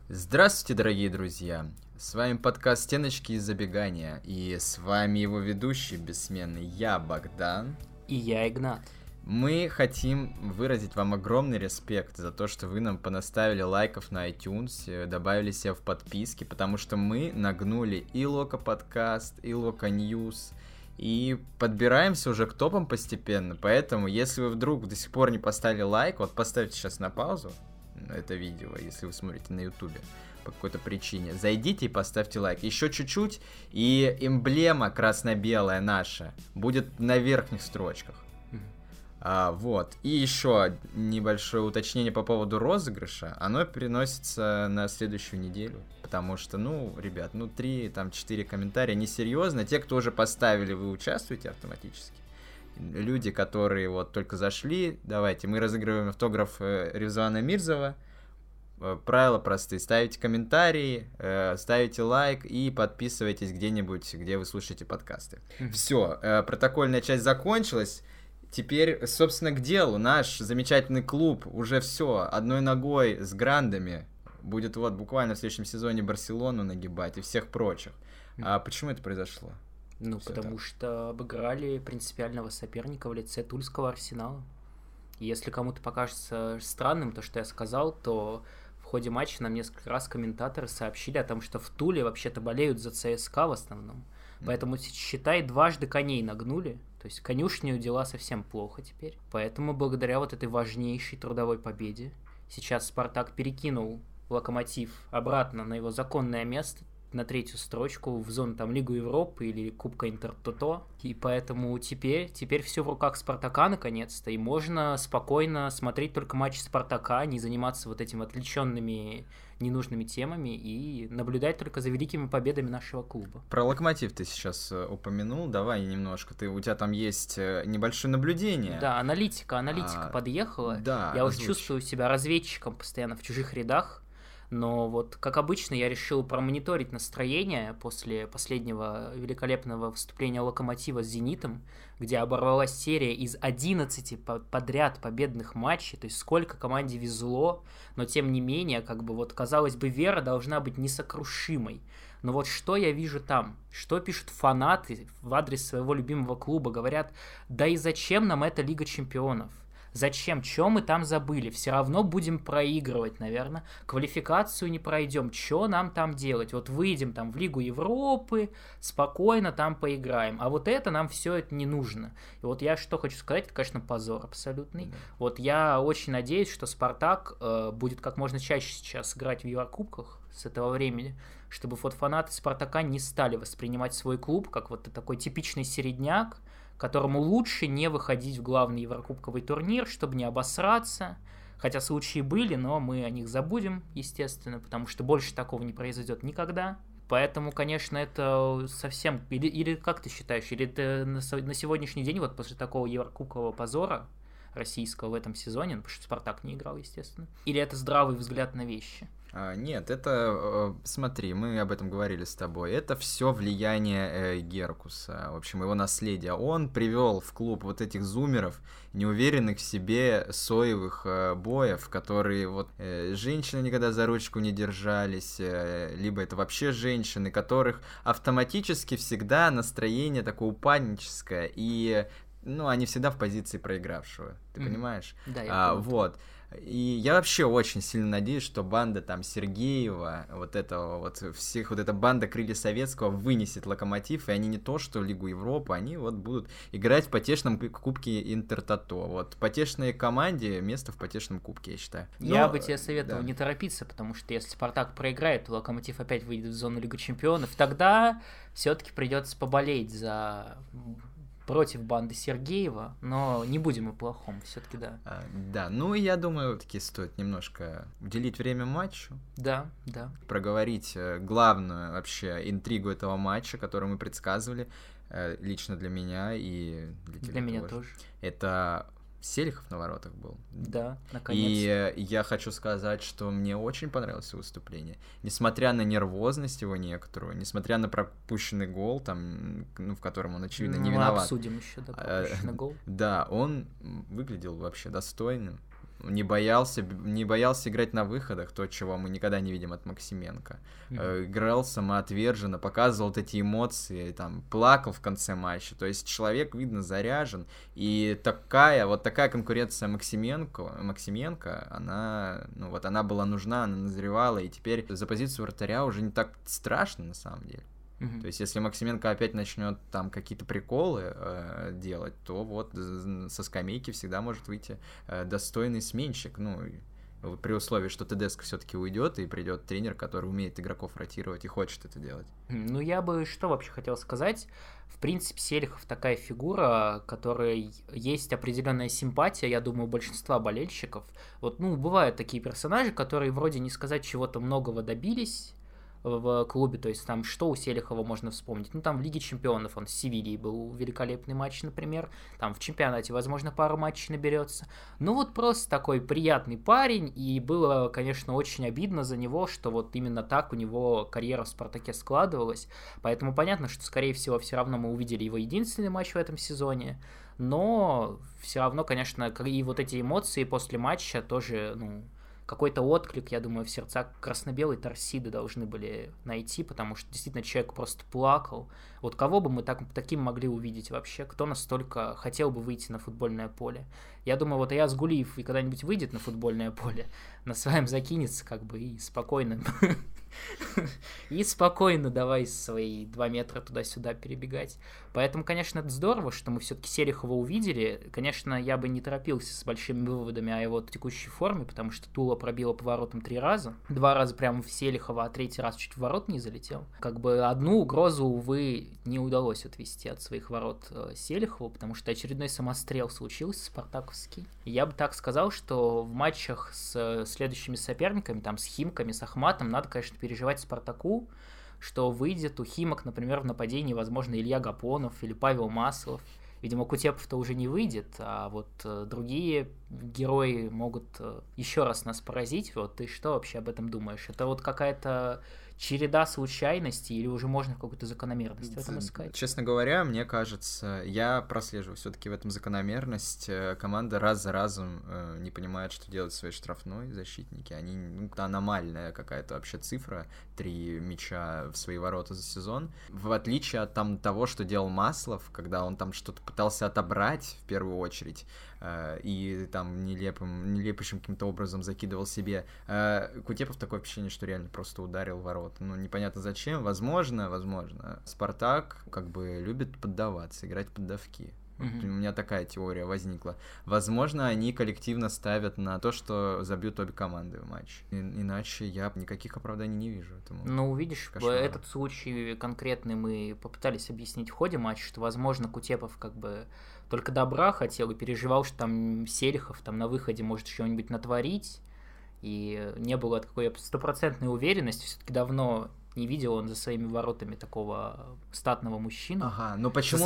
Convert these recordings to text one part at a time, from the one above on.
Здравствуйте, дорогие друзья! С вами подкаст «Стеночки и забегания», и с вами его ведущий бессменный я, Богдан. И я, Игнат. Мы хотим выразить вам огромный респект за то, что вы нам понаставили лайков на iTunes, добавили себя в подписки, потому что мы нагнули и Лока подкаст, и Лока Ньюс, и подбираемся уже к топам постепенно, поэтому если вы вдруг до сих пор не поставили лайк, вот поставьте сейчас на паузу это видео, если вы смотрите на ютубе по какой-то причине, зайдите и поставьте лайк. Еще чуть-чуть, и эмблема красно-белая наша будет на верхних строчках. Вот. И еще небольшое уточнение по поводу розыгрыша. Оно переносится на следующую неделю. Потому что, ребят, 3-4 комментария несерьезно. Те, кто уже поставили, вы участвуете автоматически. Люди, которые вот только зашли, давайте, мы разыгрываем автограф Ревзана Мирзова. Правила простые. Ставите комментарии, ставите лайк и подписывайтесь где-нибудь, где вы слушаете подкасты. Все, протокольная часть закончилась. Теперь, собственно, к делу. Наш замечательный клуб уже все, одной ногой с грандами будет вот буквально в следующем сезоне Барселону нагибать и всех прочих. А почему это произошло? Потому что обыграли принципиального соперника в лице Тульского Арсенала. И если кому-то покажется странным то, что я сказал, то в ходе матча нам несколько раз комментаторы сообщили о том, что в Туле вообще-то болеют за ЦСКА в основном. Поэтому, считай, дважды коней нагнули. То есть конюшню дела совсем плохо теперь. Поэтому благодаря вот этой важнейшей трудовой победе сейчас Спартак перекинул Локомотив обратно на его законное место, на третью строчку в зону там Лигу Европы или Кубка Интертото. И поэтому теперь все в руках Спартака наконец-то. И можно спокойно смотреть только матчи Спартака, не заниматься вот этими отвлеченными ненужными темами и наблюдать только за великими победами нашего клуба. Про Локомотив ты сейчас упомянул, давай немножко. У тебя там есть небольшое наблюдение. Да, аналитика подъехала. Да, я уже чувствую себя разведчиком постоянно в чужих рядах. Но вот, как обычно, я решил промониторить настроение после последнего великолепного выступления Локомотива с «Зенитом», где оборвалась серия из 11 подряд победных матчей, то есть сколько команде везло, но тем не менее, казалось бы, вера должна быть несокрушимой. Но вот что я вижу там? Что пишут фанаты в адрес своего любимого клуба? Говорят, да и зачем нам эта Лига Чемпионов? Зачем? Чё мы там забыли? Все равно будем проигрывать, наверное. Квалификацию не пройдем. Чё нам там делать? Вот выйдем там в Лигу Европы, спокойно там поиграем. А вот это нам все это не нужно. И вот я что хочу сказать, это, конечно, позор абсолютный. Да. Вот я очень надеюсь, что Спартак будет как можно чаще сейчас играть в Еврокубках с этого времени, чтобы вот фанаты Спартака не стали воспринимать свой клуб как вот такой типичный середняк, которому лучше не выходить в главный еврокубковый турнир, чтобы не обосраться. Хотя случаи были, но мы о них забудем, естественно, потому что больше такого не произойдет никогда. Поэтому, конечно, это совсем... Или как ты считаешь, или это на сегодняшний день, вот после такого еврокубкового позора российского в этом сезоне, потому что Спартак не играл, естественно, или это здравый взгляд на вещи? Нет, это, смотри, мы об этом говорили с тобой, это все влияние Геркуса, в общем, его наследие. Он привел в клуб вот этих зумеров, неуверенных в себе соевых боев, которые вот женщины никогда за ручку не держались, либо это вообще женщины, которых автоматически всегда настроение такое упадническое, и они всегда в позиции проигравшего, ты понимаешь? Да, я понял. Вот. И я вообще очень сильно надеюсь, что банда там Сергеева, всех эта банда Крылья Советского вынесет Локомотив, и они не то, что Лигу Европы, они вот будут играть в потешном кубке Интертото. Вот потешной команде место в потешном кубке, я считаю. Я бы тебе советовал не торопиться, потому что если Спартак проиграет, то Локомотив опять выйдет в зону Лиги Чемпионов, тогда все-таки придется поболеть против банды Сергеева, но не будем о плохом, все-таки да. Да, я думаю, таки стоит немножко уделить время матчу. Да. Проговорить главную вообще интригу этого матча, которую мы предсказывали, лично для меня и для тебя. Для меня тоже. Это Селихов на воротах был. Да, наконец-то. И я хочу сказать, что мне очень понравилось выступление. Несмотря на нервозность его некоторую, несмотря на пропущенный гол, там, в котором он, очевидно, не виноват. Обсудим еще, пропущенный гол. Да, он выглядел вообще достойным. не боялся играть на выходах, то, чего мы никогда не видим от Максименко. Играл самоотверженно, показывал вот эти эмоции, там, плакал в конце матча. То есть человек, видно, заряжен. И такая конкуренция Максименко, она была нужна, она назревала, и теперь за позицию вратаря уже не так страшно, на самом деле. То есть, если Максименко опять начнет там какие-то приколы делать, то вот со скамейки всегда может выйти достойный сменщик. Ну, при условии, что Тедеско все-таки уйдет, и придет тренер, который умеет игроков ротировать и хочет это делать. Ну, я бы что вообще хотел сказать. В принципе, Селихов такая фигура, которой есть определенная симпатия, я думаю, у большинства болельщиков. Вот, ну, бывают такие персонажи, которые вроде не сказать чего-то многого добились в клубе, то есть там что у Селихова можно вспомнить? Ну, там в Лиге Чемпионов он с Севильей был великолепный матч, например, там в чемпионате, возможно, пару матчей наберется. Ну, вот просто такой приятный парень, и было, конечно, очень обидно за него, что вот именно так у него карьера в Спартаке складывалась, поэтому понятно, что, скорее всего, все равно мы увидели его единственный матч в этом сезоне, но все равно, конечно, и вот эти эмоции после матча тоже, ну, какой-то отклик, я думаю, в сердца красно-белой Торсиды должны были найти, потому что действительно человек просто плакал. Вот кого бы мы таким могли увидеть вообще? Кто настолько хотел бы выйти на футбольное поле? Я думаю, вот Аяз Гулиев и когда-нибудь выйдет на футбольное поле, на своем закинется как бы и спокойно. И спокойно давай свои 2 метра туда-сюда перебегать. Поэтому, конечно, это здорово, что мы все-таки Селихова увидели. Конечно, я бы не торопился с большими выводами о его текущей форме, потому что Тула пробила поворотом 3 раза. 2 раза прямо в Селихова, а 3-й раз чуть в ворот не залетел. Как бы одну угрозу, увы, не удалось отвести от своих ворот Селихову, потому что очередной самострел случился, спартаковский. И я бы так сказал, что в матчах с следующими соперниками, там, с Химками, с Ахматом, надо, конечно, переживать Спартаку, что выйдет у Химок, например, в нападении, возможно, Илья Гапонов или Павел Маслов. Видимо, Кутепов-то уже не выйдет, а вот другие герои могут еще раз нас поразить. Вот ты что вообще об этом думаешь? Это вот какая-то череда случайностей или уже можно какую-то закономерность в этом искать? Честно говоря, мне кажется, я прослеживаю все-таки в этом закономерность. Команда раз за разом не понимает, что делать своей штрафной защитники. Они, это аномальная какая-то вообще цифра, 3 мяча в свои ворота за сезон. В отличие от того, что делал Маслов, когда он там что-то пытался отобрать в первую очередь, и там нелепейшим каким-то образом закидывал себе. Кутепов такое впечатление, что реально просто ударил в ворота. Ну, непонятно зачем. Возможно, Спартак как бы любит поддаваться, играть поддавки. Вот у меня такая теория возникла. Возможно, они коллективно ставят на то, что забьют обе команды в матч. Иначе я никаких оправданий не вижу этому. Ну, видишь, этот случай конкретный мы попытались объяснить в ходе матча, что, возможно, Кутепов как бы только добра хотел и переживал, что там Селихов там на выходе может чего-нибудь натворить, и не было такой стопроцентной уверенности, все-таки давно не видел он за своими воротами такого статного мужчину. Ага, но почему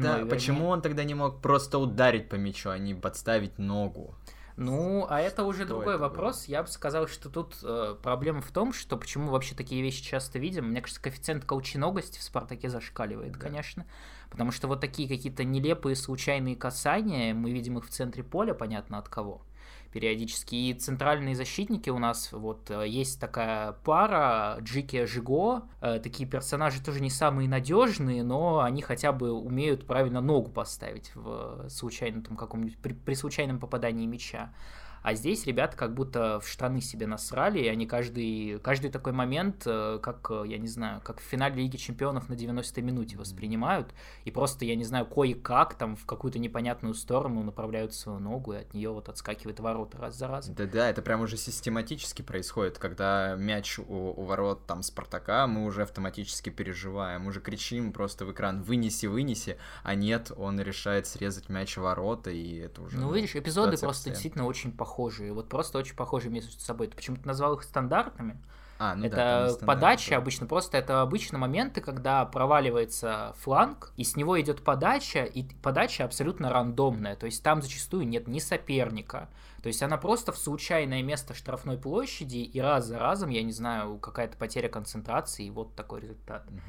он тогда не мог просто ударить по мячу, а не подставить ногу? Ну, а это уже другой вопрос. Я бы сказал, что тут проблема в том, что почему вообще такие вещи часто видим. Мне кажется, коэффициент колченогости в «Спартаке» зашкаливает, конечно. Потому что вот такие какие-то нелепые случайные касания, мы видим их в центре поля, понятно от кого, периодически. И центральные защитники у нас, вот, есть такая пара, Джики Жиго, такие персонажи тоже не самые надежные, но они хотя бы умеют правильно ногу поставить в случайном там каком-нибудь, при случайном попадании мяча. А здесь ребята как будто в штаны себе насрали, и они каждый такой момент, как, я не знаю, как в финале Лиги Чемпионов на 90-й минуте воспринимают, и просто, я не знаю, кое-как там в какую-то непонятную сторону направляют свою ногу, и от нее вот отскакивает ворота раз за разом. Да, это прям уже систематически происходит, когда мяч у ворот там Спартака, мы уже автоматически переживаем, уже кричим просто в экран «вынеси», а нет, он решает срезать мяч в ворота, и это уже... Ну, видишь, эпизоды просто действительно очень похожие, вот просто очень похожие между собой. Ты почему-то назвал их стандартными. Это подача обычно, просто это обычно моменты, когда проваливается фланг, и с него идет подача, и подача абсолютно рандомная, то есть там зачастую нет ни соперника, то есть она просто в случайное место штрафной площади, и раз за разом, я не знаю, какая-то потеря концентрации, и вот такой результат.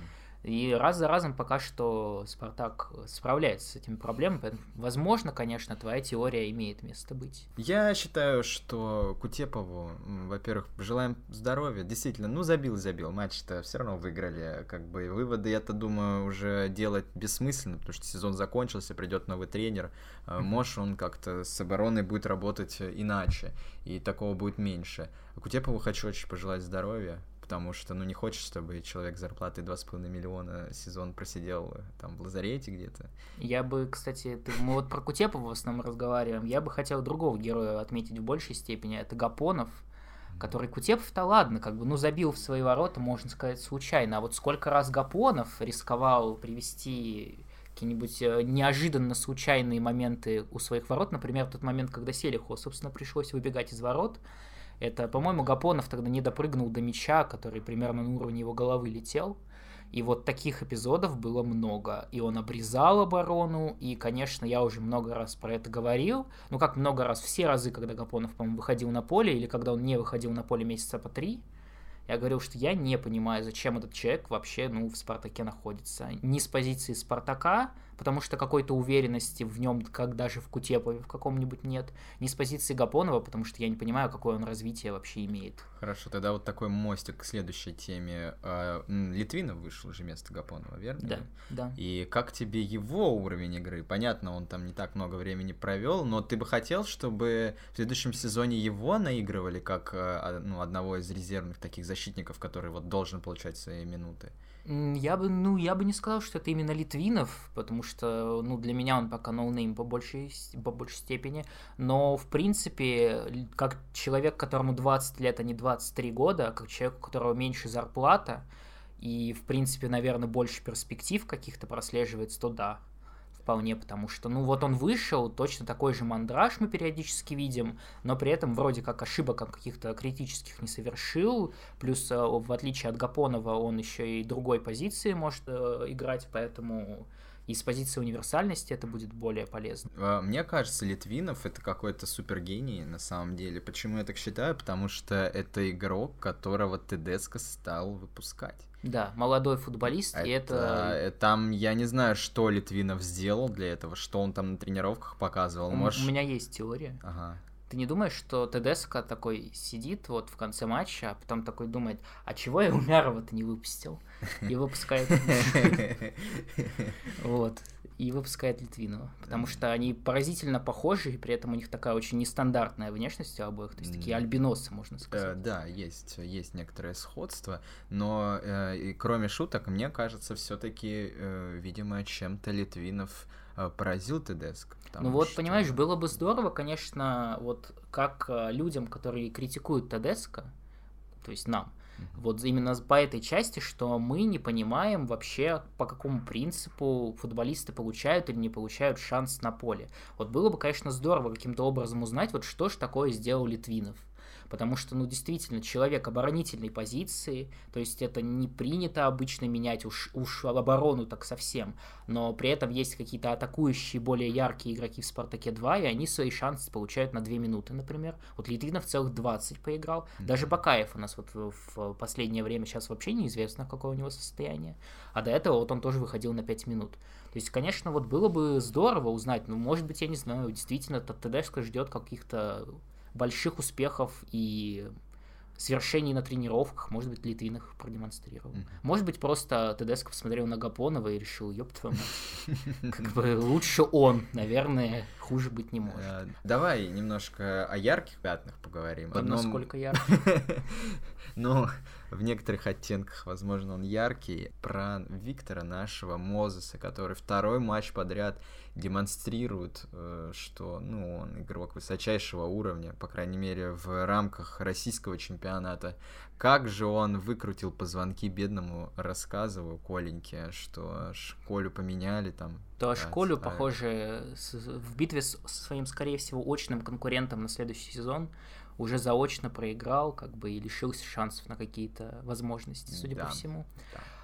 И раз за разом пока что Спартак справляется с этими проблемами. Поэтому, возможно, конечно, твоя теория имеет место быть. Я считаю, что Кутепову, во-первых, желаем здоровья. Действительно, ну забил. Матч-то все равно выиграли. Как бы выводы, я-то думаю, уже делать бессмысленно, потому что сезон закончился, придет новый тренер. Может, он как-то с обороной будет работать иначе, и такого будет меньше. Кутепову хочу очень пожелать здоровья. Потому что, ну, не хочешь, чтобы человек с зарплатой 2,5 миллиона сезон просидел там в лазарете где-то. Я бы, кстати, мы вот про Кутепова в основном разговариваем, я бы хотел другого героя отметить в большей степени, это Гапонов, который Кутепов-то ладно, как бы, ну, забил в свои ворота, можно сказать, случайно, а вот сколько раз Гапонов рисковал привести какие-нибудь неожиданно случайные моменты у своих ворот, например, тот момент, когда Селиху, собственно, пришлось выбегать из ворот. Это, по-моему, Гапонов тогда не допрыгнул до мяча, который примерно на уровне его головы летел. И вот таких эпизодов было много. И он обрезал оборону, и, конечно, я уже много раз про это говорил. Ну, как много раз? Все разы, когда Гапонов, по-моему, выходил на поле, или когда он не выходил на поле месяца по 3, я говорил, что я не понимаю, зачем этот человек вообще, ну, в «Спартаке» находится. Ни с позиции «Спартака», потому что какой-то уверенности в нем, как даже в Кутепове в каком-нибудь нет, ни с позиции Гапонова, потому что я не понимаю, какое он развитие вообще имеет. Хорошо, тогда вот такой мостик к следующей теме. Литвинов вышел же вместо Гапонова, верно? Да. И как тебе его уровень игры? Понятно, он там не так много времени провел, но ты бы хотел, чтобы в следующем сезоне его наигрывали как одного из резервных таких защитников, который вот должен получать свои минуты? Я бы не сказал, что это именно Литвинов, потому что, ну, для меня он пока ноунейм по большей степени, но, в принципе, как человек, которому 20 лет, а не 23 года, как человек, у которого меньше зарплата, и, в принципе, наверное, больше перспектив каких-то прослеживается, то да, вполне, потому что, ну, вот он вышел, точно такой же мандраж мы периодически видим, но при этом вроде как ошибок каких-то критических не совершил, плюс, в отличие от Гапонова, он еще и другой позиции может играть, поэтому и с позиции универсальности это будет более полезно. Мне кажется, Литвинов — это какой-то супергений на самом деле. Почему я так считаю? Потому что это игрок, которого Тедеско стал выпускать. Да, молодой футболист, и это... Там, я не знаю, что Литвинов сделал для этого, что он там на тренировках показывал. У меня есть теория. Ага. Ты не думаешь, что Тедеско такой сидит вот в конце матча, а потом такой думает, а чего я Умярова-то не выпустил? И выпускает... Вот. И выпускает Литвинова. Потому что они поразительно похожи, и при этом у них такая очень нестандартная внешность у обоих. То есть такие альбиносы, можно сказать. Да, есть некоторое сходство, но кроме шуток, мне кажется, все-таки, видимо, чем-то Литвинов поразил Тедеско. Ну вот, понимаешь, было бы здорово, конечно, вот как людям, которые критикуют Тедеско, то есть нам, вот именно по этой части, что мы не понимаем вообще, по какому принципу футболисты получают или не получают шанс на поле. Вот было бы, конечно, здорово каким-то образом узнать, вот что ж такое сделал Литвинов. Потому что, ну, действительно, человек оборонительной позиции, то есть это не принято обычно менять уж оборону так совсем, но при этом есть какие-то атакующие, более яркие игроки в «Спартаке 2», и они свои шансы получают на 2 минуты, например. Вот Литвинов целых 20 поиграл. Даже Бакаев у нас вот в последнее время сейчас вообще неизвестно, какое у него состояние. А до этого вот он тоже выходил на 5 минут. То есть, конечно, вот было бы здорово узнать, ну, может быть, я не знаю, действительно, Тедеско ждет каких-то больших успехов и свершений на тренировках, может быть, Литвинов их продемонстрировал. Может быть, просто Тедеско посмотрел на Гапонова и решил, ёб твою мать, как бы лучше он, наверное, хуже быть не может. Давай немножко о ярких пятнах поговорим. Насколько ярких? Ну, в некоторых оттенках, возможно, он яркий. Про Виктора нашего Мозеса, который второй матч подряд демонстрирует, что, ну, он игрок высочайшего уровня, по крайней мере, в рамках российского чемпионата. Как же он выкрутил позвонки бедному рассказываю Коленьке, что Колю поменяли там. Да, Колю, похоже, в битве со своим, скорее всего, очным конкурентом на следующий сезон уже заочно проиграл, как бы, и лишился шансов на какие-то возможности, судя по всему. Да.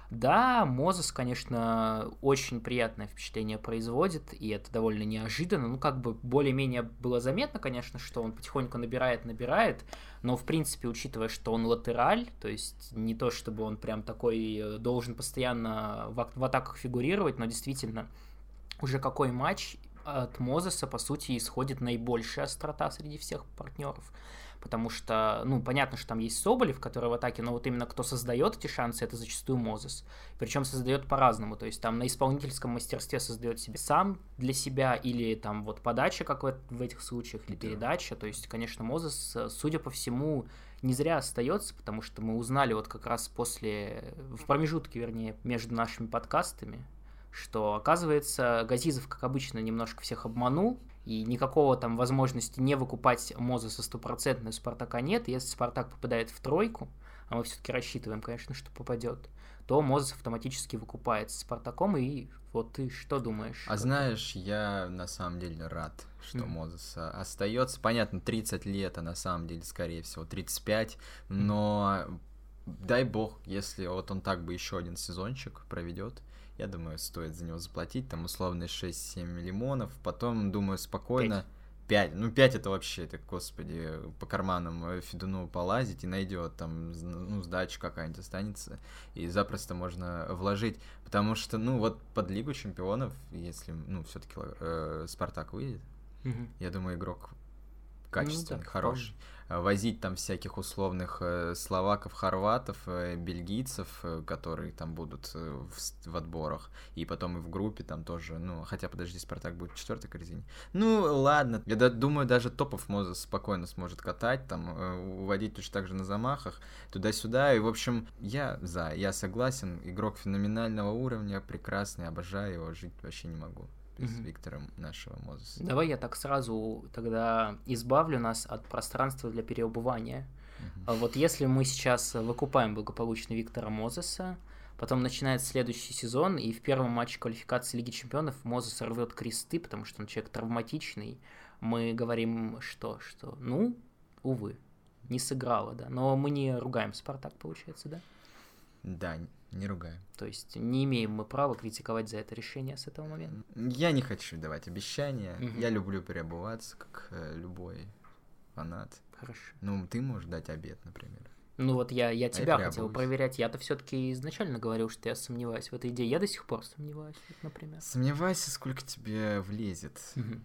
Да, Мозес, конечно, очень приятное впечатление производит, и это довольно неожиданно. Ну, как бы более-менее было заметно, конечно, что он потихоньку набирает, но, в принципе, учитывая, что он латераль, то есть не то, чтобы он прям такой должен постоянно в атаках фигурировать, но действительно, уже какой матч от Мозеса, по сути, исходит наибольшая острота среди всех партнеров. Потому что, ну, понятно, что там есть Соболев, который в атаке, но вот именно кто создает эти шансы, это зачастую Мозес. Причем создает по-разному, то есть там на исполнительском мастерстве создает себе сам для себя, или там вот подача, как в этих случаях, или передача. То есть, конечно, Мозес, судя по всему, не зря остается, потому что мы узнали вот как раз в промежутке, вернее, между нашими подкастами, что, оказывается, Газизов, как обычно, немножко всех обманул, и никакого там возможности не выкупать Мозеса стопроцентно у Спартака нет. Если Спартак попадает в тройку, а мы все-таки рассчитываем, конечно, что попадет, то Мозес автоматически выкупается Спартаком, и вот ты что думаешь? А знаешь, я на самом деле рад, что Мозес остается. Понятно, 30 лет, а на самом деле, скорее всего, 35, но дай бог, если вот он так бы еще один сезончик проведет, я думаю, стоит за него заплатить, там, условно, 6-7 лимонов, потом, думаю, спокойно... 5. Ну, 5 это вообще, это, господи, по карманам Федуну полазить и найдет, там, ну, сдача какая-нибудь останется, и запросто можно вложить, потому что, ну, вот под Лигу Чемпионов, если, ну, все-таки Спартак выйдет, я думаю, игрок качественный, хороший. Возить там всяких условных словаков, хорватов, бельгийцев, которые там будут в отборах, и потом и в группе там тоже, ну, хотя, подожди, Спартак будет в 4-й корзине. Ну, ладно, я думаю, даже топов Мозес спокойно сможет катать, там, уводить точно так же на замахах, туда-сюда, и, в общем, я согласен, игрок феноменального уровня, прекрасный, обожаю его, жить вообще не могу с Виктором нашего Мозеса. Давай я так сразу тогда избавлю нас от пространства для переобувания. Вот если мы сейчас выкупаем благополучно Виктора Мозеса, потом начинается следующий сезон, и в первом матче квалификации Лиги Чемпионов Мозес рвет кресты, потому что он человек травматичный, мы говорим, что ну, увы, не сыграло, да. Но мы не ругаем Спартак, получается, да? Да, не ругаем. То есть не имеем мы права критиковать за это решение с этого момента? Я не хочу давать обещания. Я люблю переобуваться, как любой фанат. Хорошо. Ну, ты можешь дать обет, например. Ну вот я тебя хотел проверять. Я-то все-таки изначально говорил, что я сомневаюсь в этой идее. Я до сих пор сомневаюсь, например. Сомневайся, сколько тебе влезет.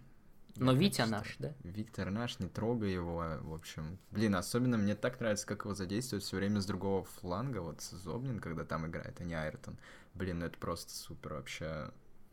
Но Витя наш, да? Виктор наш, не трогай его, в общем. Блин, особенно мне так нравится, как его задействуют все время с другого фланга, вот Зобнин, когда там играет, а не Айртон. Блин, ну это просто супер вообще.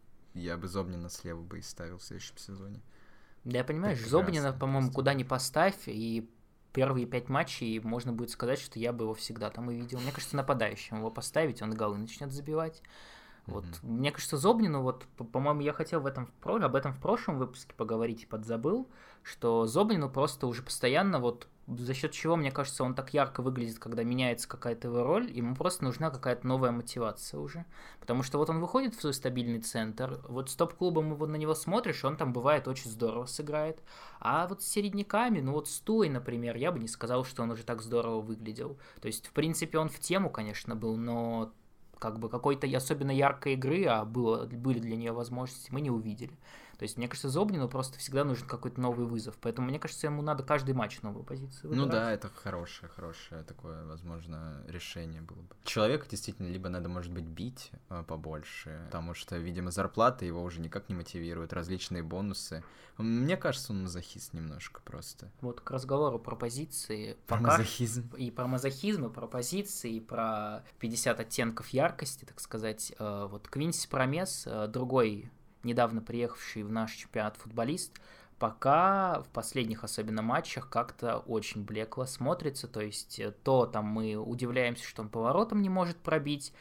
Я бы Зобнина слева бы и ставил в следующем сезоне. Да, я понимаю, Зобнина, по-моему, куда ни поставь, и первые 5 матчей можно будет сказать, что я бы его всегда там и видел. Мне кажется, нападающим его поставить, он голы начнет забивать. Вот. Мне кажется, Зобнину, вот, по-моему, я хотел об этом в прошлом выпуске поговорить и подзабыл, что Зобнину просто уже постоянно, вот, за счет чего, мне кажется, он так ярко выглядит, когда меняется какая-то его роль, ему просто нужна какая-то новая мотивация уже. Потому что вот он выходит в свой стабильный центр, вот с топ-клубом его на него смотришь, он там бывает очень здорово сыграет, а вот с середняками, ну вот с Туей, например, я бы не сказал, что он уже так здорово выглядел. То есть, в принципе, он в тему, конечно, был, но как бы какой-то особенно яркой игры, а были для нее возможности, мы не увидели. То есть, мне кажется, Зобнину просто всегда нужен какой-то новый вызов. Поэтому, мне кажется, ему надо каждый матч новую позицию выбирать. Ну да, это хорошее такое, возможно, решение было бы. Человека действительно либо надо, может быть, бить побольше, потому что, видимо, зарплата его уже никак не мотивирует, различные бонусы. Мне кажется, он мазохист немножко просто. Вот к разговору про позиции. Про мазохизм. И про мазохизм, и про позиции, и про 50 оттенков яркости, так сказать. Вот Квинси Промес, другой недавно приехавший в наш чемпионат футболист, пока в последних особенно матчах как-то очень блекло смотрится, то есть то там мы удивляемся, что он поворотом не может пробить,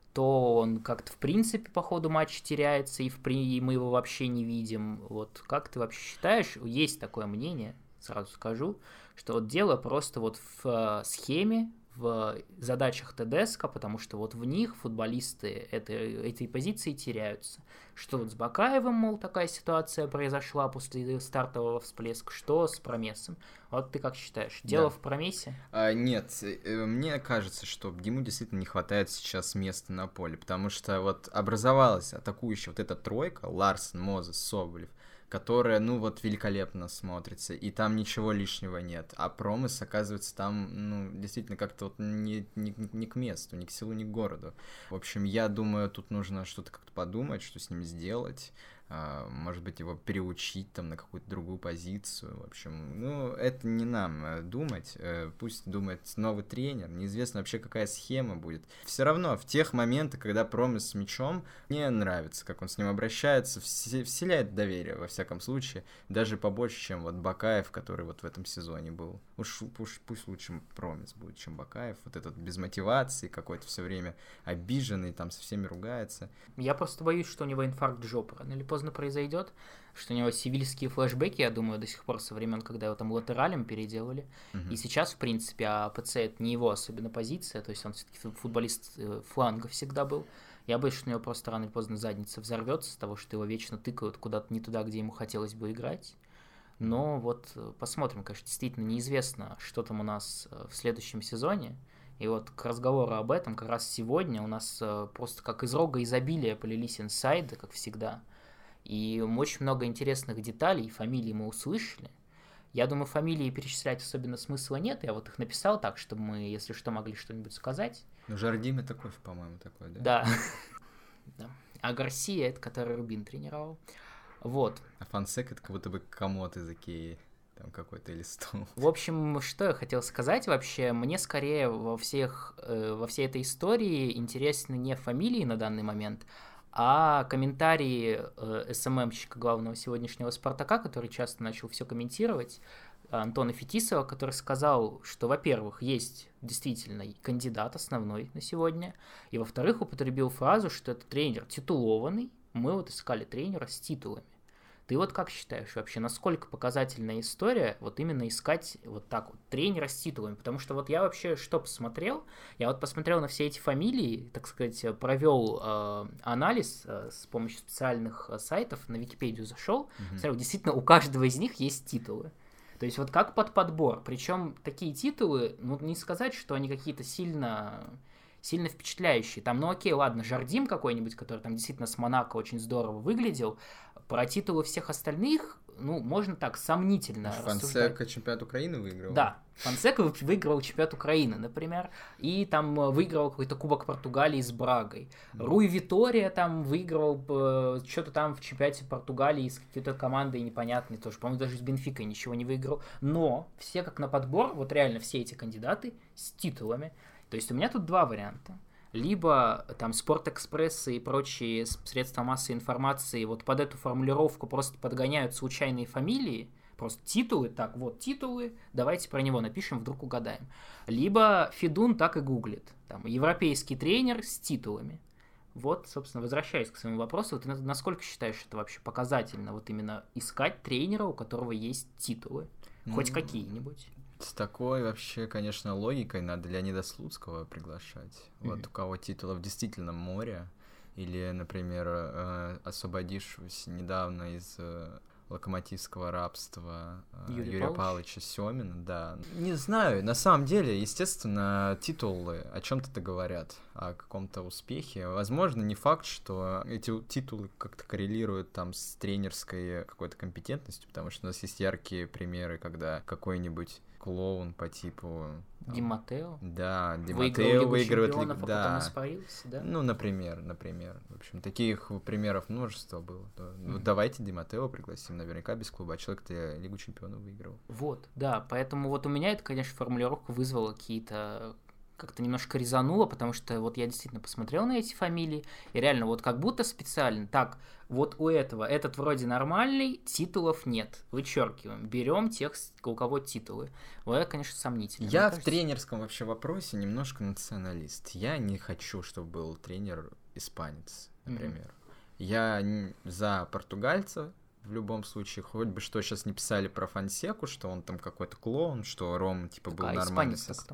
то он как-то в принципе по ходу матча теряется, и мы его вообще не видим. Вот как ты вообще считаешь, есть такое мнение, сразу скажу, что вот дело просто вот в схеме, в задачах ТДСК, потому что вот в них футболисты этой позиции теряются. Что вот с Бакаевым, мол, такая ситуация произошла после стартового всплеска, что с Промесом? Вот ты как считаешь, дело в Промесе? Нет, мне кажется, что ему действительно не хватает сейчас места на поле, потому что вот образовалась атакующая вот эта тройка, Ларсен, Мозес, Соболев, которая, ну, вот, великолепно смотрится, и там ничего лишнего нет. А Промес, оказывается, там, ну, действительно как-то вот не к месту, ни к селу, ни к городу. В общем, я думаю, тут нужно что-то как-то подумать, что с ним сделать. Может быть, его переучить там на какую-то другую позицию. В общем, ну, это не нам думать. Пусть думает новый тренер. Неизвестно вообще, какая схема будет. Все равно, в тех моментах, когда Промес с мячом, мне нравится, как он с ним обращается, вселяет доверие, во всяком случае. Даже побольше, чем вот Бакаев, который вот в этом сезоне был. Пусть лучше Промес будет, чем Бакаев. Вот этот без мотивации какой-то все время обиженный, там со всеми ругается. Я просто боюсь, что у него инфаркт жопы рано или поздно произойдет, что у него сивильские флешбеки, я думаю, до сих пор со времен, когда его там латералем переделали. И сейчас, в принципе, АПЦ это не его особенно позиция, то есть он все-таки футболист фланга всегда был. Я боюсь, что у него просто рано или поздно задница взорвется с того, что его вечно тыкают куда-то не туда, где ему хотелось бы играть. Но вот посмотрим, конечно, действительно неизвестно, что там у нас в следующем сезоне. И вот к разговору об этом как раз сегодня у нас просто как из рога изобилия полились инсайды, как всегда. И очень много интересных деталей, фамилий мы услышали. Я думаю, фамилии перечислять особенно смысла нет. Я вот их написал так, чтобы мы, если что, могли что-нибудь сказать. Ну, Жардим это кофе, по-моему, такой, да? Да. Да. А Гарсия, это который Рубин тренировал. Вот. А Фонсек это как будто бы комод из Икеи. Там какой-то или стол. В общем, что я хотел сказать вообще, мне скорее во всей этой истории интересны не фамилии на данный момент, а комментарии СММщика главного сегодняшнего «Спартака», который часто начал все комментировать, Антона Фетисова, который сказал, что, во-первых, есть действительно кандидат основной на сегодня, и, во-вторых, употребил фразу, что это тренер титулованный, мы вот искали тренера с титулами. Ты вот как считаешь вообще, насколько показательная история вот именно искать вот так вот тренера с титулами? Потому что вот я вообще что посмотрел? Я вот посмотрел на все эти фамилии, так сказать, провел анализ с помощью специальных сайтов, на Википедию зашел, смотрел, действительно у каждого из них есть титулы. То есть вот как под подбор. Причем такие титулы, ну не сказать, что они какие-то сильно впечатляющие. Там, ну окей, ладно, Жардим какой-нибудь, который там действительно с Монако очень здорово выглядел. Про титулы всех остальных, ну, можно так, сомнительно рассуждать. Фонсека чемпионат Украины выиграл. Да, Фонсека выиграл чемпионат Украины, например, и там выиграл какой-то Кубок Португалии с Брагой. Руй Витория там выиграл что-то там в чемпионате Португалии с какой-то командой непонятной тоже. По-моему, даже с Бенфикой ничего не выиграл. Но все как на подбор, вот реально все эти кандидаты с титулами. То есть у меня тут два варианта. Либо там Спортэкспресс и прочие средства массовой информации вот под эту формулировку просто подгоняют случайные фамилии, просто титулы, так, вот титулы, давайте про него напишем, вдруг угадаем. Либо Федун так и гуглит, там, европейский тренер с титулами. Вот, собственно, возвращаясь к своему вопросу, ты насколько считаешь это вообще показательно, вот именно искать тренера, у которого есть титулы, хоть какие-нибудь? С такой вообще, конечно, логикой надо Леонида Слуцкого приглашать. Вот у кого титулов действительно море. Или, например, освободившегося недавно из локомотивского рабства Юрия Павловича Семина, да. Не знаю, на самом деле, естественно, титулы о чем-то говорят, о каком-то успехе. Возможно, не факт, что эти титулы как-то коррелируют там с тренерской какой-то компетентностью, потому что у нас есть яркие примеры, когда какой-нибудь клоун по типу... Ди Маттео? Да, Ди Маттео выигрывает Лигу, а потом испарился, да? Ну, например. В общем, таких примеров множество было. Ну, давайте Ди Маттео пригласим, наверняка без клуба, а человек-то Лигу Чемпионов выиграл. Вот, да, поэтому вот у меня это, конечно, формулировка вызвала какие-то... как-то немножко резануло, потому что вот я действительно посмотрел на эти фамилии, и реально вот как будто специально, так, вот у этого, этот вроде нормальный, титулов нет, вычеркиваем, берем тех, у кого титулы. Вот это, конечно, сомнительно. Я в тренерском вообще вопросе немножко националист. Я не хочу, чтобы был тренер испанец, например. Я за португальца, в любом случае, хоть бы что сейчас не писали про Фонсеку, что он там какой-то клоун, что Ром, типа, был нормальный. Испанец-то кто?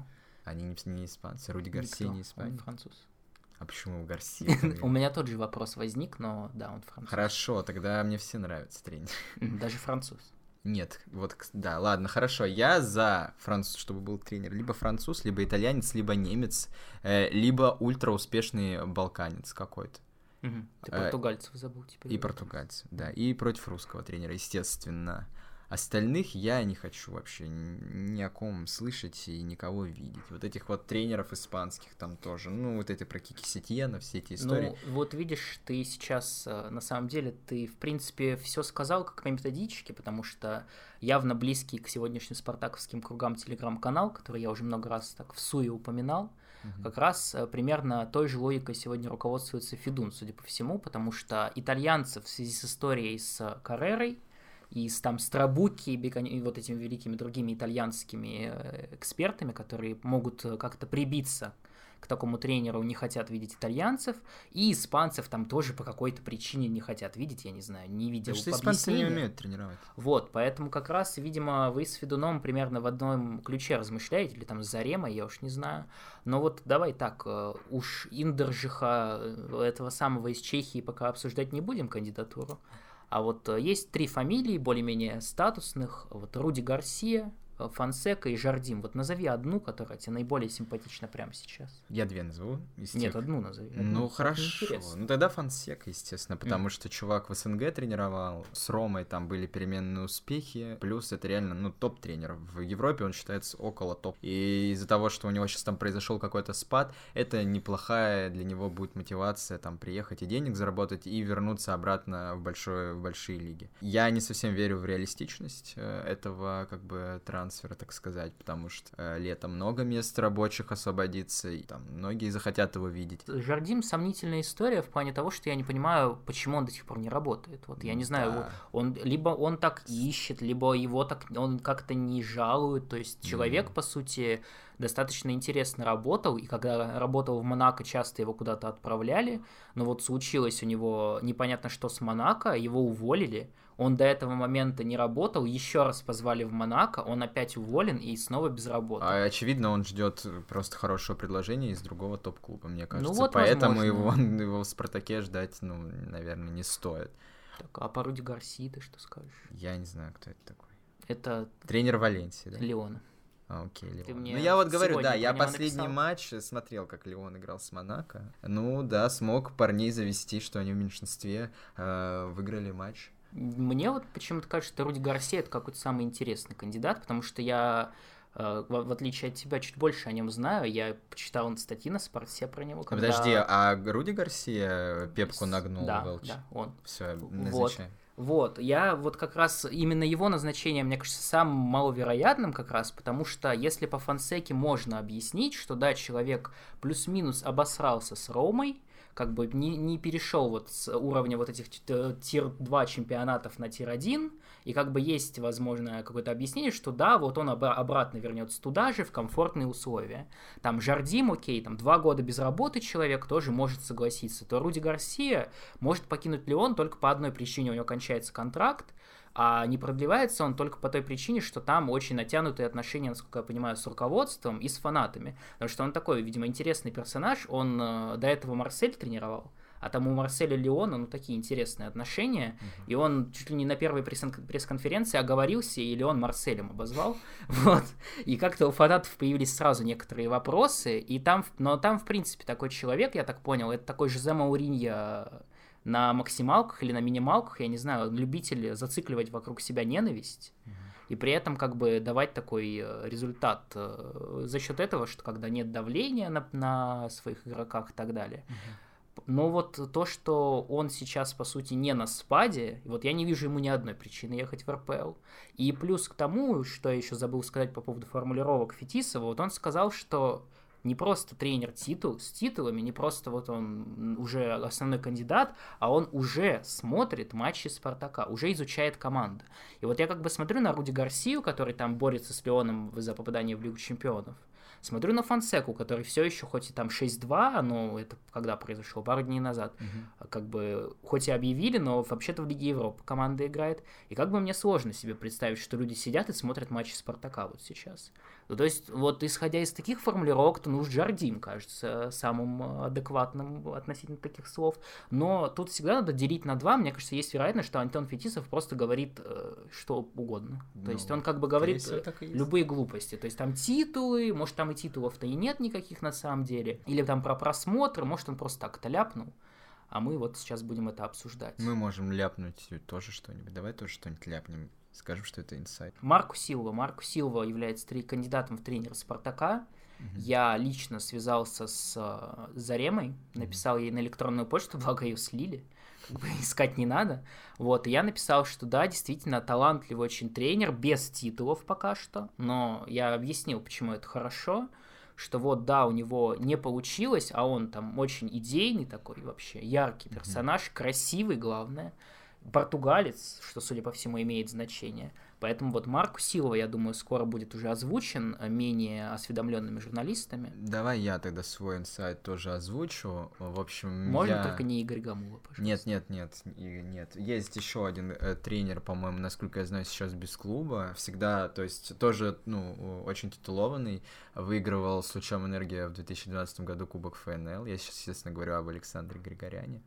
Они не испанцы, Руди Гарсия Никто. не испанец. Он француз. А почему Гарсия? У меня тот же вопрос возник, но да, он француз. Хорошо, тогда мне все нравятся тренеры. Даже француз. Нет, вот, да, ладно, хорошо. Я за француз, чтобы был тренер. Либо француз, либо итальянец, либо немец, либо ультра-успешный балканец какой-то. Ты португальцев забыл теперь. И португальцев, да. И против русского тренера, естественно. Остальных я не хочу вообще ни о ком слышать и никого видеть. Вот этих вот тренеров испанских там тоже. Ну, вот эти про Кики Сетьена, все эти истории. Ну, вот видишь, ты сейчас, на самом деле, ты, в принципе, все сказал как по методичке, потому что явно близкий к сегодняшним спартаковским кругам телеграм-канал, который я уже много раз так всуе упоминал, как раз примерно той же логикой сегодня руководствуется Федун, судя по всему, потому что итальянцев в связи с историей с Каррерой и с там Страбуки и вот этими великими другими итальянскими экспертами, которые могут как-то прибиться к такому тренеру, не хотят видеть итальянцев, и испанцев там тоже по какой-то причине не хотят видеть, я не знаю, не видел объяснения. Потому что испанцы не умеют тренировать. Вот, поэтому как раз, видимо, вы с Федуном примерно в одном ключе размышляете, или там с Заремой, я уж не знаю. Но вот давай так, уж Индержиха, этого самого из Чехии, пока обсуждать не будем кандидатуру. А вот есть 3 фамилии более-менее статусных. Вот Руди Гарсия, Фонсека и Жардим. Вот назови одну, которая тебе наиболее симпатична прямо сейчас. Я 2 назову. Нет, одну назови. Ну, хорошо. Ну, тогда Фонсека, естественно, потому что чувак в СНГ тренировал, с Ромой там были переменные успехи, плюс это реально, ну, топ-тренер. В Европе он считается около топ. И из-за того, что у него сейчас там произошел какой-то спад, это неплохая для него будет мотивация там приехать и денег заработать, и вернуться обратно в большие лиги. Я не совсем верю в реалистичность этого, как бы, трансфера, так сказать, потому что летом много мест рабочих освободится, и там многие захотят его видеть. Жардим сомнительная история в плане того, что я не понимаю, почему он до сих пор не работает. Вот я не знаю, либо он так ищет, либо его так он как-то не жалует. То есть человек, по сути, достаточно интересно работал, и когда работал в Монако, часто его куда-то отправляли, но вот случилось у него непонятно что с Монако, его уволили, он до этого момента не работал, еще раз позвали в Монако, он опять уволен и снова без работы. А очевидно, он ждет просто хорошего предложения из другого топ-клуба, мне кажется. Ну, вот, поэтому его в Спартаке ждать, ну, наверное, не стоит. Так, а по Руди Гарсии ты что скажешь? Я не знаю, кто это такой. Это тренер Валенсии, да? Леона. Окей, Леон. Ну, я вот говорю, да, я последний написал. матч смотрел, как Леон играл с Монако. Ну, да, смог парней завести, что они в меньшинстве выиграли матч. Мне вот почему-то кажется, что Руди Гарсия — это какой-то самый интересный кандидат, потому что я, в отличие от тебя, чуть больше о нем знаю. Я почитал статьи на Спорте про него. Когда... Подожди, а Руди Гарсия Пепку нагнул? Да, он. Все, назначай. Вот, я вот как раз именно его назначение, мне кажется, самым маловероятным как раз, потому что если по Фонсеке можно объяснить, что да, человек плюс-минус обосрался с Ромой, как бы не перешел вот с уровня вот этих тир-2 чемпионатов на тир-1, и как бы есть, возможно, какое-то объяснение, что да, вот он обратно вернется туда же, в комфортные условия. Там Жардим, окей, там 2 года без работы человек тоже может согласиться, то Руди Гарсия может покинуть Лион только по одной причине, у него кончается контракт, а не продлевается он только по той причине, что там очень натянутые отношения, насколько я понимаю, с руководством и с фанатами. Потому что он такой, видимо, интересный персонаж. Он до этого Марсель тренировал, а там у Марселя Леона, ну, такие интересные отношения. И он чуть ли не на первой пресс-конференции оговорился, и Леон Марселем обозвал. Вот. И как-то у фанатов появились сразу некоторые вопросы. Но там, в принципе, такой человек, я так понял, это такой Жозе Мауриньо на максималках или на минималках, я не знаю, любитель зацикливать вокруг себя ненависть и при этом как бы давать такой результат за счет этого, что когда нет давления на своих игроках и так далее. Но вот то, что он сейчас, по сути, не на спаде, вот я не вижу ему ни одной причины ехать в РПЛ. И плюс к тому, что я еще забыл сказать по поводу формулировок Фетисова, вот он сказал, что не просто тренер с титулами, не просто вот он уже основной кандидат, а он уже смотрит матчи Спартака, уже изучает команду. И вот я как бы смотрю на Руди Гарсию, который там борется с Леоном за попадание в Лигу Чемпионов, смотрю на Фонсеку, который все еще, хоть и там 6-2, но это когда произошло? Пару дней назад. Как бы, хоть и объявили, но вообще-то в Лиге Европы команда играет. И как бы мне сложно себе представить, что люди сидят и смотрят матчи Спартака вот сейчас. Ну, то есть, вот исходя из таких формулировок, то Джардим кажется самым адекватным относительно таких слов. Но тут всегда надо делить на два. Мне кажется, есть вероятность, что Антон Фетисов просто говорит что угодно. То есть он как бы говорит любые глупости. То есть там титулы, может там и титулов-то и нет никаких на самом деле. Или там про просмотр, может он просто так-то ляпнул. А мы вот сейчас будем это обсуждать. Мы можем ляпнуть тоже что-нибудь. Давай тоже что-нибудь ляпнем. Скажем, что это инсайд. Марко Силва является кандидатом в тренера Спартака. Я лично связался с Заремой, написал ей на электронную почту, благо ее слили, как бы искать не надо. Вот, и я написал, что да, действительно, талантливый очень тренер, без титулов пока что, но я объяснил, почему это хорошо, что вот, да, у него не получилось, а он там очень идейный такой вообще, яркий персонаж, красивый, главное, португалец, что, судя по всему, имеет значение. Поэтому вот Марко Силва, я думаю, скоро будет уже озвучен менее осведомленными журналистами. Давай я тогда свой инсайт тоже озвучу. В общем, можно только не Игорь Гамула, пожалуйста. Нет. Есть еще один тренер, по-моему, насколько я знаю, сейчас без клуба. Всегда, то есть, тоже, очень титулованный. Выигрывал с Лучом Энергия в 2012 году Кубок ФНЛ. Я сейчас, естественно, говорю об Александре Григоряне.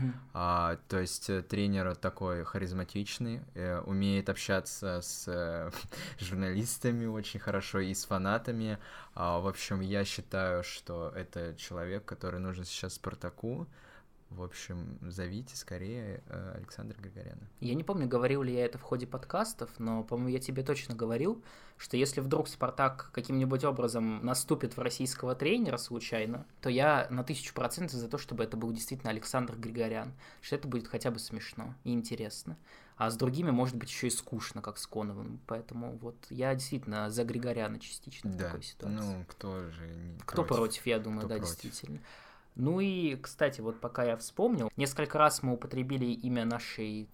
То есть тренер такой харизматичный, умеет общаться с журналистами очень хорошо и с фанатами. В общем, я считаю, что это человек, который нужен сейчас Спартаку. В общем, зовите скорее Александра Григоряна. Я не помню, говорил ли я это в ходе подкастов, но, по-моему, я тебе точно говорил, что если вдруг Спартак каким-нибудь образом наступит в российского тренера случайно, то я на 1000% за то, чтобы это был действительно Александр Григорян, что это будет хотя бы смешно и интересно. А с другими, может быть, еще и скучно, как с Коновым. Поэтому вот я действительно за Григоряна частично в такой ситуации. Кто же не Кто против, я думаю, кто да, против? Действительно. Ну и, кстати, вот пока я вспомнил, несколько раз мы употребили имя нашей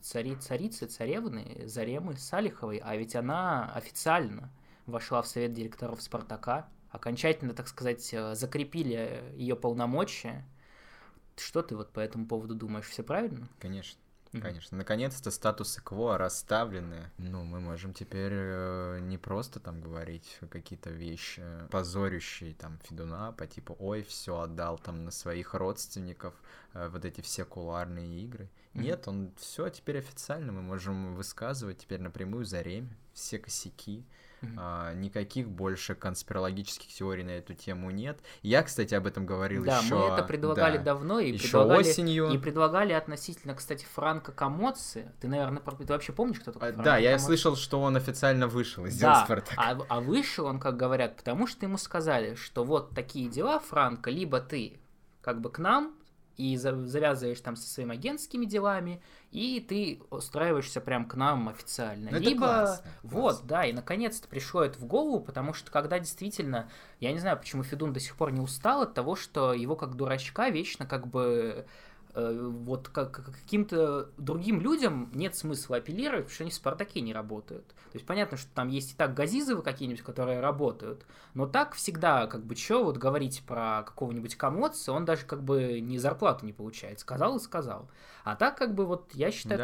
царевны, Заремы Салиховой, а ведь она официально вошла в совет директоров Спартака, окончательно, так сказать, закрепили ее полномочия. Что ты вот по этому поводу думаешь, все правильно? Конечно. Конечно. Наконец-то статусы кво расставлены. Мы можем теперь не просто там говорить какие-то вещи, позорящие там Федуна по типу «Ой, все отдал там на своих родственников», вот эти все кулуарные игры. Нет, он все теперь официально, мы можем высказывать теперь напрямую Зареме все косяки. Никаких больше конспирологических теорий на эту тему нет. Я, кстати, об этом говорил еще... Да, мы это предлагали давно, и еще осенью. И предлагали относительно, кстати, Франко Комоцци. Ты, наверное, ты вообще помнишь, кто такой Франко Да, я Комоцци? слышал, что он официально вышел из дела Спартака. А вышел он, как говорят, потому что ему сказали, что вот такие дела, Франко, либо ты как бы к нам и завязываешь там со своими агентскими делами, и ты устраиваешься прям к нам официально. Либо, классно. Да, и наконец-то пришло это в голову, потому что когда действительно, я не знаю, почему Федун до сих пор не устал от того, что его как дурачка вечно как бы вот каким-то другим людям нет смысла апеллировать, потому что они в Спартаке не работают. То есть понятно, что там есть и так Газизовы какие-нибудь, которые работают, но так всегда, как бы, что вот говорить про какого-нибудь Комоцци, он даже как бы ни зарплату не получает. Сказал и сказал. А так, как бы, вот я считаю,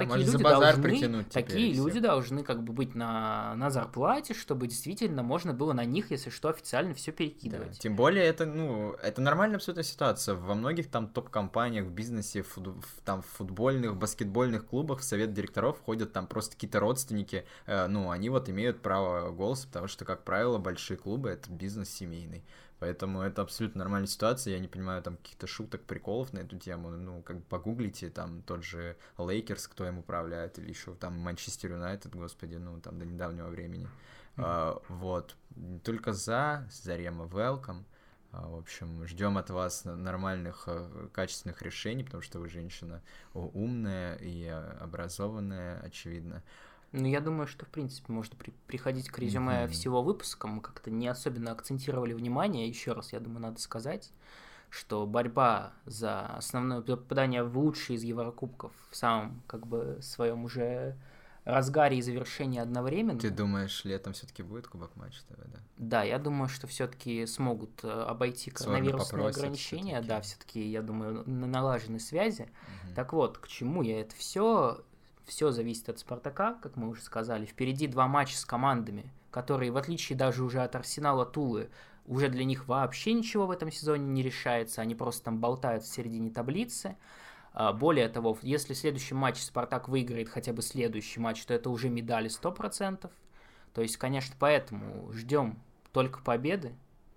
такие люди должны как бы быть на зарплате, чтобы действительно можно было на них, если что, официально все перекидывать. Да. Тем более, это нормальная абсолютно ситуация. Во многих там топ-компаниях в бизнесе, в футбольных, баскетбольных клубах в совет директоров входят там просто какие-то родственники, они вот имеют право голоса, потому что, как правило, большие клубы — это бизнес семейный. Поэтому это абсолютно нормальная ситуация. Я не понимаю там каких-то шуток, приколов на эту тему. Как бы погуглите, там тот же Лейкерс, кто им управляет, или еще там Манчестер Юнайтед, господи, там до недавнего времени. Вот. Только за Зарема welcome. В общем, ждем от вас нормальных, качественных решений, потому что вы женщина умная и образованная, очевидно. Ну, я думаю, что, в принципе, можно приходить к резюме всего выпуска. Мы как-то не особенно акцентировали внимание. Еще раз, я думаю, надо сказать, что борьба за основное попадание в лучшие из Еврокубков в самом, как бы, своем уже разгаре и завершении одновременно. Ты думаешь, летом все-таки будет Кубок Матч ТВ, да? Да, я думаю, что все-таки смогут обойти коронавирусные ограничения. Да, все-таки, я думаю, налажены связи. Так вот, к чему я это все? Все зависит от Спартака, как мы уже сказали. Впереди 2 матча с командами, которые, в отличие даже уже от Арсенала, Тулы, уже для них вообще ничего в этом сезоне не решается. Они просто там болтают в середине таблицы. Более того, если следующий матч Спартак выиграет хотя бы следующий матч, то это уже медали 100%. То есть, конечно, поэтому ждем только победы.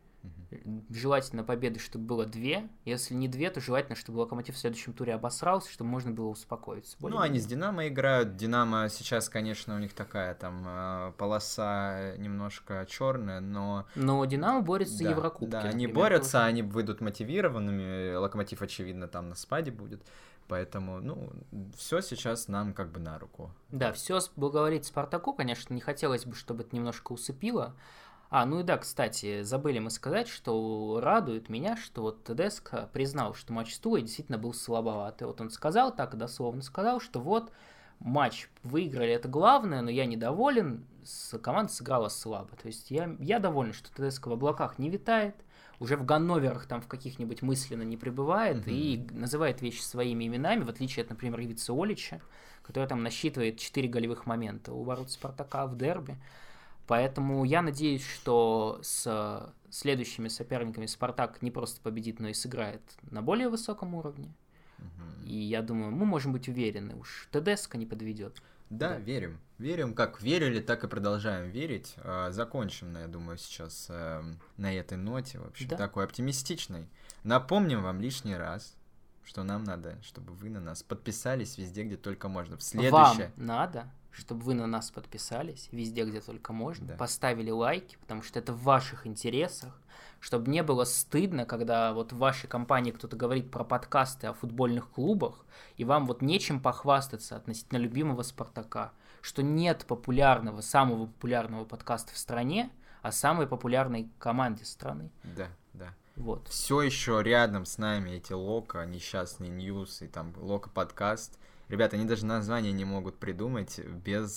Желательно победы, чтобы было 2. Если не 2, то желательно, чтобы Локомотив в следующем туре обосрался, чтобы можно было успокоиться. Ну, они с Динамо играют. Динамо сейчас, конечно, у них такая там полоса немножко черная, но... Но Динамо борется за Еврокубки. Да, они борются, тоже. Они выйдут мотивированными. Локомотив, очевидно, там на спаде будет. Поэтому, ну, все сейчас нам как бы на руку. Да, все благоворит Спартаку, конечно, не хотелось бы, чтобы это немножко усыпило. Ну и да, кстати, забыли мы сказать, что радует меня, что вот ТДСК признал, что матч с Тулой действительно был слабоватый. Вот он сказал так, дословно сказал, что вот матч выиграли, это главное, но я недоволен, команда сыграла слабо. То есть я доволен, что ТДСК в облаках не витает, уже в Ганноверах там в каких-нибудь мысленно не пребывает и называет вещи своими именами, в отличие от, например, Ивицы Олича, который там насчитывает 4 голевых момента у ворот Спартака в дерби. Поэтому я надеюсь, что с следующими соперниками Спартак не просто победит, но и сыграет на более высоком уровне. И я думаю, мы можем быть уверены, уж ТДСК не подведет. Да, верим. Верим, как верили, так и продолжаем верить. Закончим, я думаю, сейчас на этой ноте, вообще такой оптимистичной. Напомним вам лишний раз, что нам надо, чтобы вы на нас подписались везде, где только можно. Вам надо, чтобы вы на нас подписались везде, где только можно, поставили лайки, потому что это в ваших интересах, чтобы не было стыдно, когда вот в вашей компании кто-то говорит про подкасты о футбольных клубах, и вам вот нечем похвастаться относительно любимого Спартака, что нет самого популярного подкаста в стране, о самой популярной команде страны. Да, да. Вот. Все еще рядом с нами эти Лока, несчастный Ньюс и там Лока подкаст. Ребята, они даже название не могут придумать без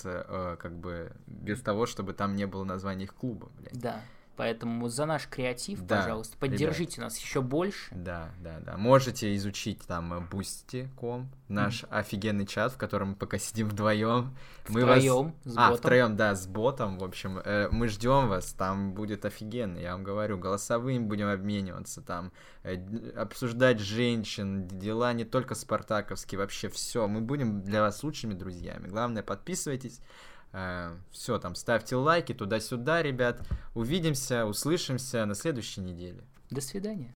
того, чтобы там не было названия их клуба. Блядь. Да, поэтому за наш креатив, пожалуйста, поддержите нас еще больше. Да. Можете изучить там Boosty.com, наш офигенный чат, в котором мы пока сидим вдвоем. Втроем, да, с ботом, в общем. Мы ждем вас, там будет офигенно, я вам говорю. Голосовым будем обмениваться, там, обсуждать женщин, дела не только спартаковские, вообще все. Мы будем для вас лучшими друзьями. Главное, подписывайтесь. Все, там, ставьте лайки туда-сюда, ребят. Увидимся, услышимся на следующей неделе. До свидания.